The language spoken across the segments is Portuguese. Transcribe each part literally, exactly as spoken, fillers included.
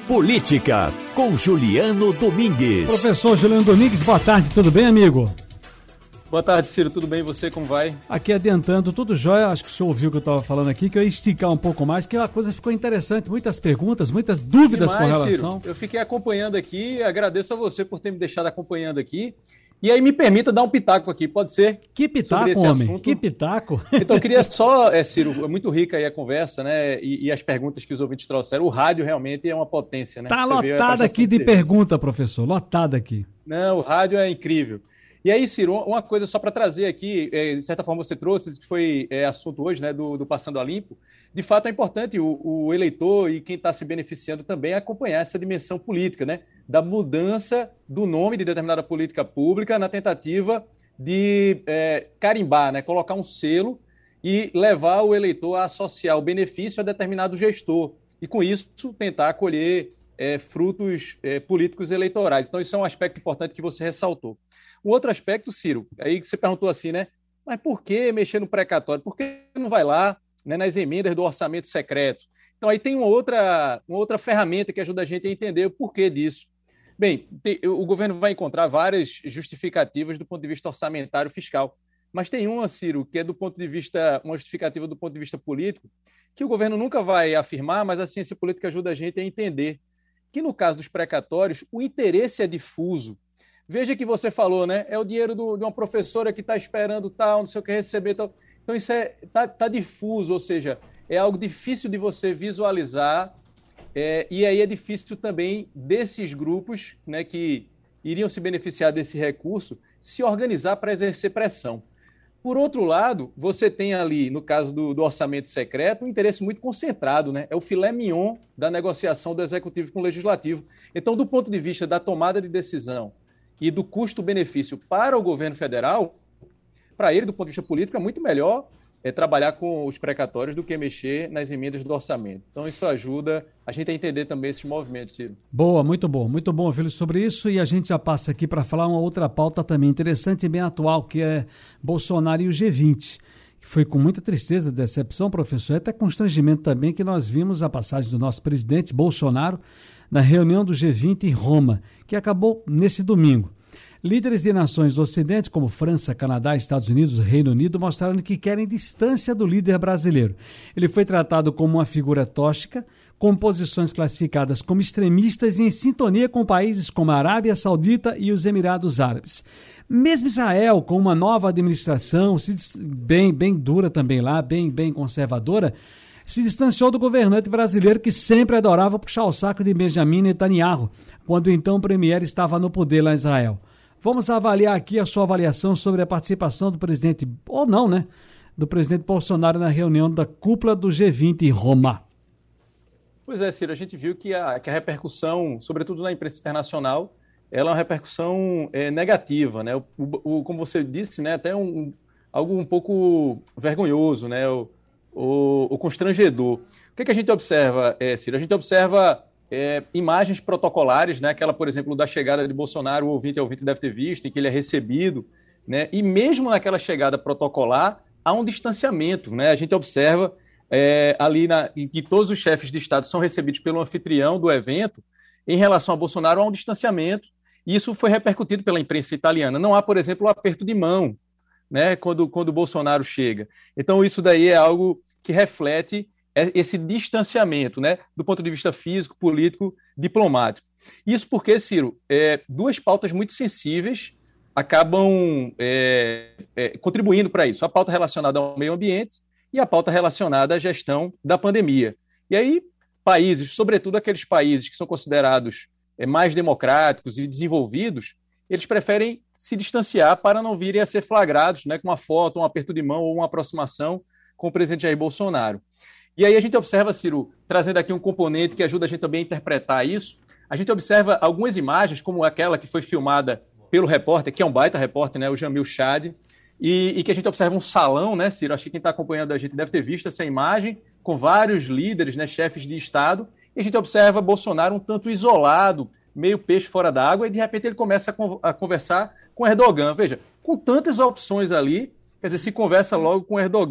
Política, com Juliano Domingues. Professor Juliano Domingues, boa tarde, tudo bem, amigo? Boa tarde, Ciro, tudo bem? E você, como vai? Aqui adiantando, tudo jóia. Acho que o senhor ouviu o que eu estava falando aqui, que eu ia esticar um pouco mais, que a coisa ficou interessante, muitas perguntas, muitas dúvidas Demais, com relação... Ciro, eu fiquei acompanhando aqui, agradeço a você por ter me deixado acompanhando aqui. E aí me permita dar um pitaco aqui, pode ser? Que pitaco, homem? Assunto. Que pitaco? Então eu queria só, é, Ciro, é muito rica aí a conversa, né? E, e as perguntas que os ouvintes trouxeram. O rádio realmente é uma potência, né? Tá lotada aqui de, de pergunta, professor, lotada aqui. Não, o rádio é incrível. E aí, Ciro, uma coisa só para trazer aqui, é, de certa forma você trouxe, que foi é, assunto hoje, né, do, do Passando a Limpo. De fato é importante o, o eleitor e quem está se beneficiando também acompanhar essa dimensão política, né, da mudança do nome de determinada política pública na tentativa de é, carimbar, né, colocar um selo e levar o eleitor a associar o benefício a determinado gestor e, com isso, tentar colher é, frutos é, políticos eleitorais. Então, isso é um aspecto importante que você ressaltou. Um outro aspecto, Ciro, aí que você perguntou assim, né? Mas por que mexer no precatório? Por que não vai lá, né, nas emendas do orçamento secreto? Então aí tem uma outra, uma outra ferramenta que ajuda a gente a entender o porquê disso. Bem, tem, o governo vai encontrar várias justificativas do ponto de vista orçamentário fiscal, mas tem uma, Ciro, que é do ponto de vista, uma justificativa do ponto de vista político, que o governo nunca vai afirmar, mas a ciência política ajuda a gente a entender que no caso dos precatórios, o interesse é difuso. Veja que você falou, né? É o dinheiro do, de uma professora que está esperando tal, não sei o que receber tal. Então isso é tá, tá difuso, ou seja, é algo difícil de você visualizar é, e aí é difícil também desses grupos, né, que iriam se beneficiar desse recurso se organizar para exercer pressão. Por outro lado, você tem ali, no caso do, do orçamento secreto, um interesse muito concentrado, né? É o filé mignon da negociação do executivo com o legislativo. Então, do ponto de vista da tomada de decisão e do custo-benefício para o governo federal, para ele, do ponto de vista político, é muito melhor é, trabalhar com os precatórios do que mexer nas emendas do orçamento. Então, isso ajuda a gente a entender também esses movimentos, Ciro. Boa, muito bom. Muito bom, filho, sobre isso. E a gente já passa aqui para falar uma outra pauta também interessante e bem atual, que é Bolsonaro e o G vinte. Foi com muita tristeza, decepção, professor, e até constrangimento também que nós vimos a passagem do nosso presidente Bolsonaro na reunião do G vinte em Roma, que acabou nesse domingo. Líderes de nações do Ocidente, como França, Canadá, Estados Unidos e Reino Unido, mostraram que querem distância do líder brasileiro. Ele foi tratado como uma figura tóxica, com posições classificadas como extremistas e em sintonia com países como a Arábia Saudita e os Emirados Árabes. Mesmo Israel, com uma nova administração, bem, bem dura também lá, bem, bem conservadora, se distanciou do governante brasileiro que sempre adorava puxar o saco de Benjamin Netanyahu, quando então o premier estava no poder lá em Israel. Vamos avaliar aqui a sua avaliação sobre a participação do presidente, ou não, né, do presidente Bolsonaro na reunião da cúpula do G vinte em Roma. Pois é, Ciro, a gente viu que a, que a repercussão, sobretudo na imprensa internacional, ela é uma repercussão é, negativa, né? O, o, como você disse, né, até um, algo um pouco vergonhoso, né? O, o, o constrangedor. O que, que a gente observa, é, Ciro? A gente observa é, imagens protocolares, né? Aquela, por exemplo, da chegada de Bolsonaro, o ouvinte, o ouvinte deve ter visto, em que ele é recebido, né? E mesmo naquela chegada protocolar, há um distanciamento, né? A gente observa é, ali na, em que todos os chefes de Estado são recebidos pelo anfitrião do evento. Em relação a Bolsonaro, há um distanciamento, e isso foi repercutido pela imprensa italiana. Não há, por exemplo, o aperto de mão, né, quando, quando o Bolsonaro chega. Então, isso daí é algo que reflete esse distanciamento, né, do ponto de vista físico, político, diplomático. Isso porque, Ciro, é, duas pautas muito sensíveis acabam é, é, contribuindo para isso. A pauta relacionada ao meio ambiente e a pauta relacionada à gestão da pandemia. E aí, países, sobretudo aqueles países que são considerados é, mais democráticos e desenvolvidos, eles preferem se distanciar para não virem a ser flagrados, né, com uma foto, um aperto de mão ou uma aproximação com o presidente Jair Bolsonaro. E aí a gente observa, Ciro, trazendo aqui um componente que ajuda a gente também a interpretar isso, a gente observa algumas imagens, como aquela que foi filmada pelo repórter, que é um baita repórter, né, o Jamil Chad, e, e que a gente observa um salão, né, Ciro? Acho que quem está acompanhando a gente deve ter visto essa imagem, com vários líderes, né, chefes de Estado, e a gente observa Bolsonaro um tanto isolado, meio peixe fora d'água, e de repente ele começa a, con- a conversar com Erdogan. Veja, com tantas opções ali, quer dizer, se conversa logo com Erdogan.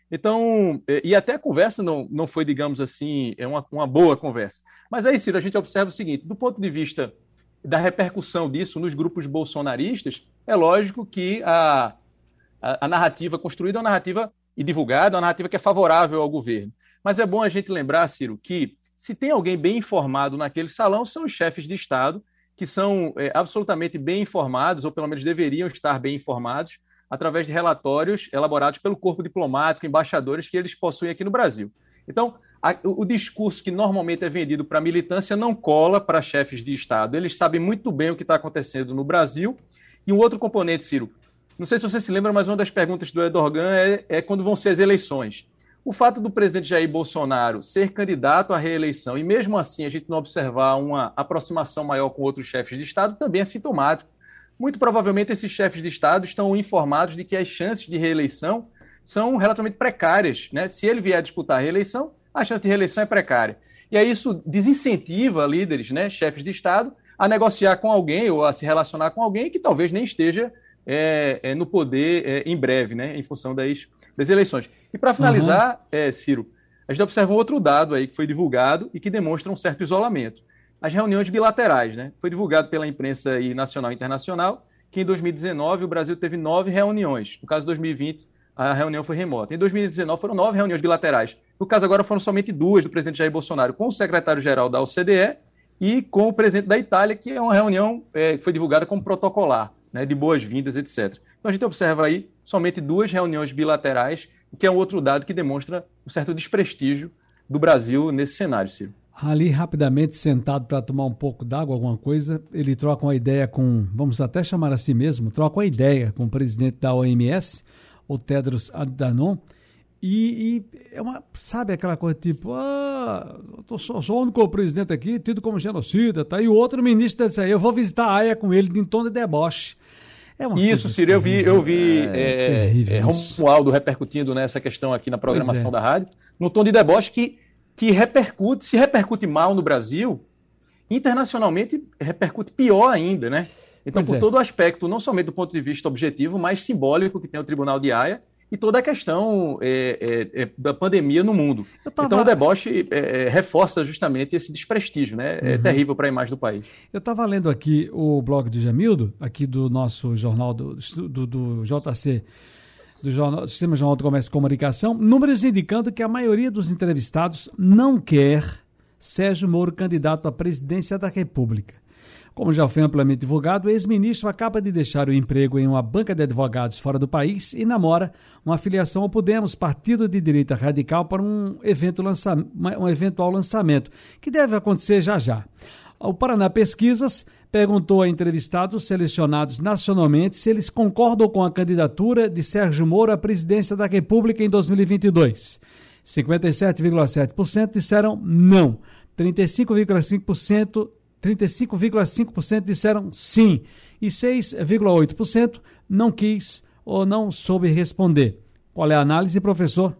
Então, e até a conversa não, não foi, digamos assim, é uma, uma boa conversa. Mas aí, Ciro, a gente observa o seguinte, do ponto de vista da repercussão disso nos grupos bolsonaristas, é lógico que a, a, a narrativa construída é uma narrativa e divulgada, é uma narrativa que é favorável ao governo. Mas é bom a gente lembrar, Ciro, que se tem alguém bem informado naquele salão, são os chefes de Estado, que são é, absolutamente bem informados, ou pelo menos deveriam estar bem informados, através de relatórios elaborados pelo corpo diplomático, embaixadores que eles possuem aqui no Brasil. Então, a, o discurso que normalmente é vendido para a militância não cola para chefes de Estado. Eles sabem muito bem o que está acontecendo no Brasil. E um outro componente, Ciro, não sei se você se lembra, mas uma das perguntas do Erdogan é, é quando vão ser as eleições. O fato do presidente Jair Bolsonaro ser candidato à reeleição e mesmo assim a gente não observar uma aproximação maior com outros chefes de Estado também é sintomático. Muito provavelmente esses chefes de Estado estão informados de que as chances de reeleição são relativamente precárias, né? Se ele vier disputar a reeleição, a chance de reeleição é precária. E aí isso desincentiva líderes, né, chefes de Estado, a negociar com alguém ou a se relacionar com alguém que talvez nem esteja é, é, no poder é, em breve, né, em função das, das eleições. E para finalizar, uhum. é, Ciro, a gente observa um outro dado aí que foi divulgado e que demonstra um certo isolamento. As reuniões bilaterais, né? Foi divulgado pela imprensa aí nacional e internacional que em dois mil e dezenove o Brasil teve nove reuniões. No caso de dois mil e vinte, a reunião foi remota. Em dois mil e dezenove foram nove reuniões bilaterais. No caso agora foram somente duas do presidente Jair Bolsonaro com o secretário-geral da O C D E e com o presidente da Itália, que é uma reunião é, que foi divulgada como protocolar, né, de boas-vindas, etcétera. Então a gente observa aí somente duas reuniões bilaterais, o que é um outro dado que demonstra um certo desprestígio do Brasil nesse cenário, Ciro. Ali, rapidamente, sentado para tomar um pouco d'água, alguma coisa, ele troca uma ideia com, vamos até chamar assim mesmo, troca uma ideia com o presidente da O M S, o Tedros Adhanom, e, e é uma, sabe aquela coisa tipo, ah, eu tô só, só o único presidente aqui, tido como genocida, tá? E o outro ministro desse aí, eu vou visitar a Haia com ele em tom de deboche. É isso, Ciro, eu vi, eu vi é, é, é, Romualdo repercutindo nessa questão aqui na programação é. da rádio, no tom de deboche que que repercute, se repercute mal no Brasil, internacionalmente repercute pior ainda, né? Então, pois por é. todo o aspecto, não somente do ponto de vista objetivo, mas simbólico que tem o Tribunal de Haia e toda a questão é, é, é, da pandemia no mundo. Tava... Então, o deboche é, é, reforça justamente esse desprestígio, né? É uhum. terrível para a imagem do país. Eu estava lendo aqui o blog do Jamildo, aqui do nosso jornal do, do, do J C, do, jornal, do Sistema Jornal do Comércio e Comunicação, números indicando que a maioria dos entrevistados não quer Sérgio Moro candidato à presidência da República. Como já foi amplamente divulgado, o ex-ministro acaba de deixar o emprego em uma banca de advogados fora do país e namora uma filiação ao Podemos, partido de direita radical, para um, evento lança, um eventual lançamento, que deve acontecer já já. O Paraná Pesquisas perguntou a entrevistados selecionados nacionalmente se eles concordam com a candidatura de Sérgio Moro à presidência da República em dois mil e vinte e dois. cinquenta e sete vírgula sete por cento disseram não, trinta e cinco vírgula cinco por cento trinta e cinco vírgula cinco por cento disseram sim e seis vírgula oito por cento não quis ou não soube responder. Qual é a análise, professor?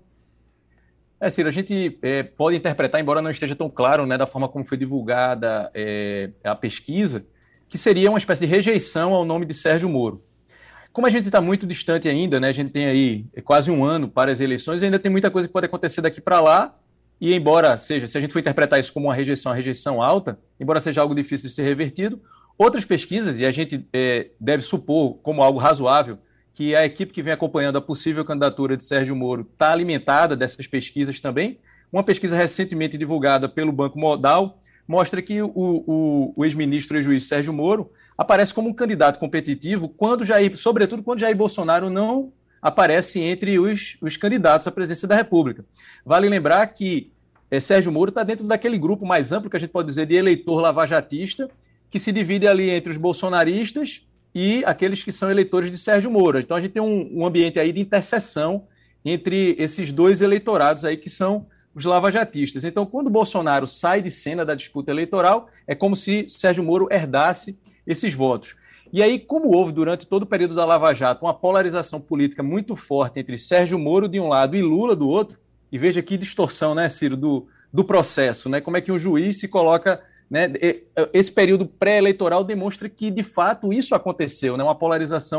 É, Ciro, a gente é, pode interpretar, embora não esteja tão claro, né, da forma como foi divulgada é, a pesquisa, que seria uma espécie de rejeição ao nome de Sérgio Moro. Como a gente está muito distante ainda, né, a gente tem aí quase um ano para as eleições, ainda tem muita coisa que pode acontecer daqui para lá, e embora seja, se a gente for interpretar isso como uma rejeição, uma rejeição alta, embora seja algo difícil de ser revertido, outras pesquisas, e a gente é, deve supor como algo razoável, que a equipe que vem acompanhando a possível candidatura de Sérgio Moro está alimentada dessas pesquisas também. Uma pesquisa recentemente divulgada pelo Banco Modal mostra que o, o, o ex-ministro e juiz Sérgio Moro aparece como um candidato competitivo, quando Jair, sobretudo quando Jair Bolsonaro não aparece entre os, os candidatos à presidência da República. Vale lembrar que é, Sérgio Moro está dentro daquele grupo mais amplo, que a gente pode dizer, de eleitor lavajatista, que se divide ali entre os bolsonaristas e aqueles que são eleitores de Sérgio Moro. Então a gente tem um, um ambiente aí de interseção entre esses dois eleitorados aí que são os lavajatistas. Então, quando o Bolsonaro sai de cena da disputa eleitoral, é como se Sérgio Moro herdasse esses votos. E aí, como houve durante todo o período da Lava Jato uma polarização política muito forte entre Sérgio Moro de um lado e Lula do outro, e veja que distorção, né, Ciro, do, do processo, né? Como é que um juiz se coloca... Né? Esse período pré-eleitoral demonstra que, de fato, isso aconteceu, né? Uma polarização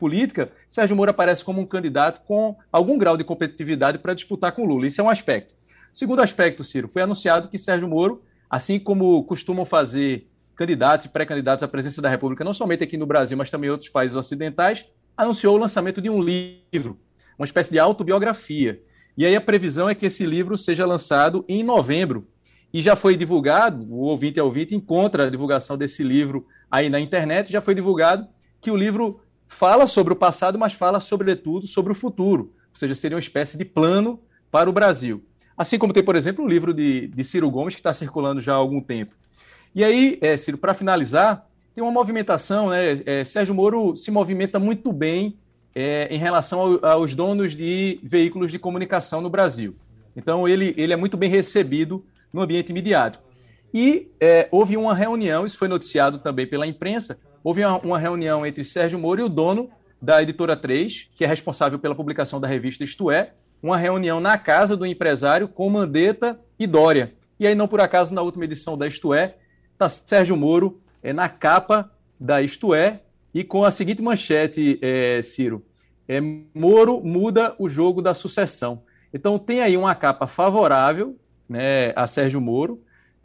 política, Sérgio Moro aparece como um candidato com algum grau de competitividade para disputar com Lula. Isso é um aspecto. Segundo aspecto, Ciro, foi anunciado que Sérgio Moro, assim como costumam fazer candidatos e pré-candidatos à presidência da República, não somente aqui no Brasil, mas também em outros países ocidentais, anunciou o lançamento de um livro, uma espécie de autobiografia. E aí a previsão é que esse livro seja lançado em novembro. E já foi divulgado, o ouvinte é ouvinte, encontra a divulgação desse livro aí na internet, já foi divulgado que o livro fala sobre o passado, mas fala, sobretudo, sobre o futuro. Ou seja, seria uma espécie de plano para o Brasil. Assim como tem, por exemplo, o livro de, de Ciro Gomes, que está circulando já há algum tempo. E aí, é, Ciro, para finalizar, tem uma movimentação, né? É, Sérgio Moro se movimenta muito bem é, em relação ao, aos donos de veículos de comunicação no Brasil. Então, ele, ele é muito bem recebido no ambiente midiático. E é, houve uma reunião, isso foi noticiado também pela imprensa, houve uma, uma reunião entre Sérgio Moro e o dono da Editora três, que é responsável pela publicação da revista Isto É, uma reunião na casa do empresário com Mandetta e Dória. E aí, não por acaso, na última edição da Isto É, está Sérgio Moro é, na capa da Isto É, e com a seguinte manchete, é, Ciro, é, Moro muda o jogo da sucessão. Então, tem aí uma capa favorável, né, a Sérgio Moro,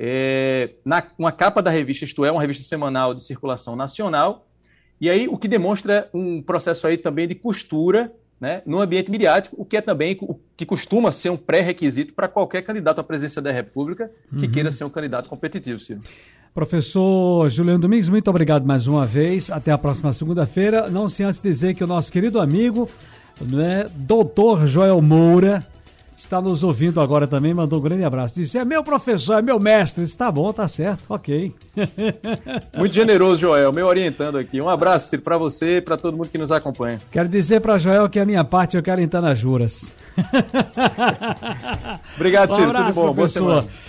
é, na, uma capa da revista Isto É, uma revista semanal de circulação nacional, e aí o que demonstra um processo aí também de costura, né, no ambiente midiático, o que é também o que costuma ser um pré-requisito para qualquer candidato à presidência da República que uhum. queira ser um candidato competitivo, Ciro. Professor Juliano Domingues, muito obrigado mais uma vez. Até a próxima segunda-feira. Não se antes dizer que o nosso querido amigo, né, doutor Joel Moura, está nos ouvindo agora também, mandou um grande abraço. Disse, é meu professor, é meu mestre. Disse, tá bom, tá certo, ok. Muito generoso, Joel, me orientando aqui. Um abraço, Ciro, para você e para todo mundo que nos acompanha. Quero dizer para Joel que a minha parte eu quero entrar nas juras. Obrigado, Ciro, um abraço, tudo bom, professor. Boa semana.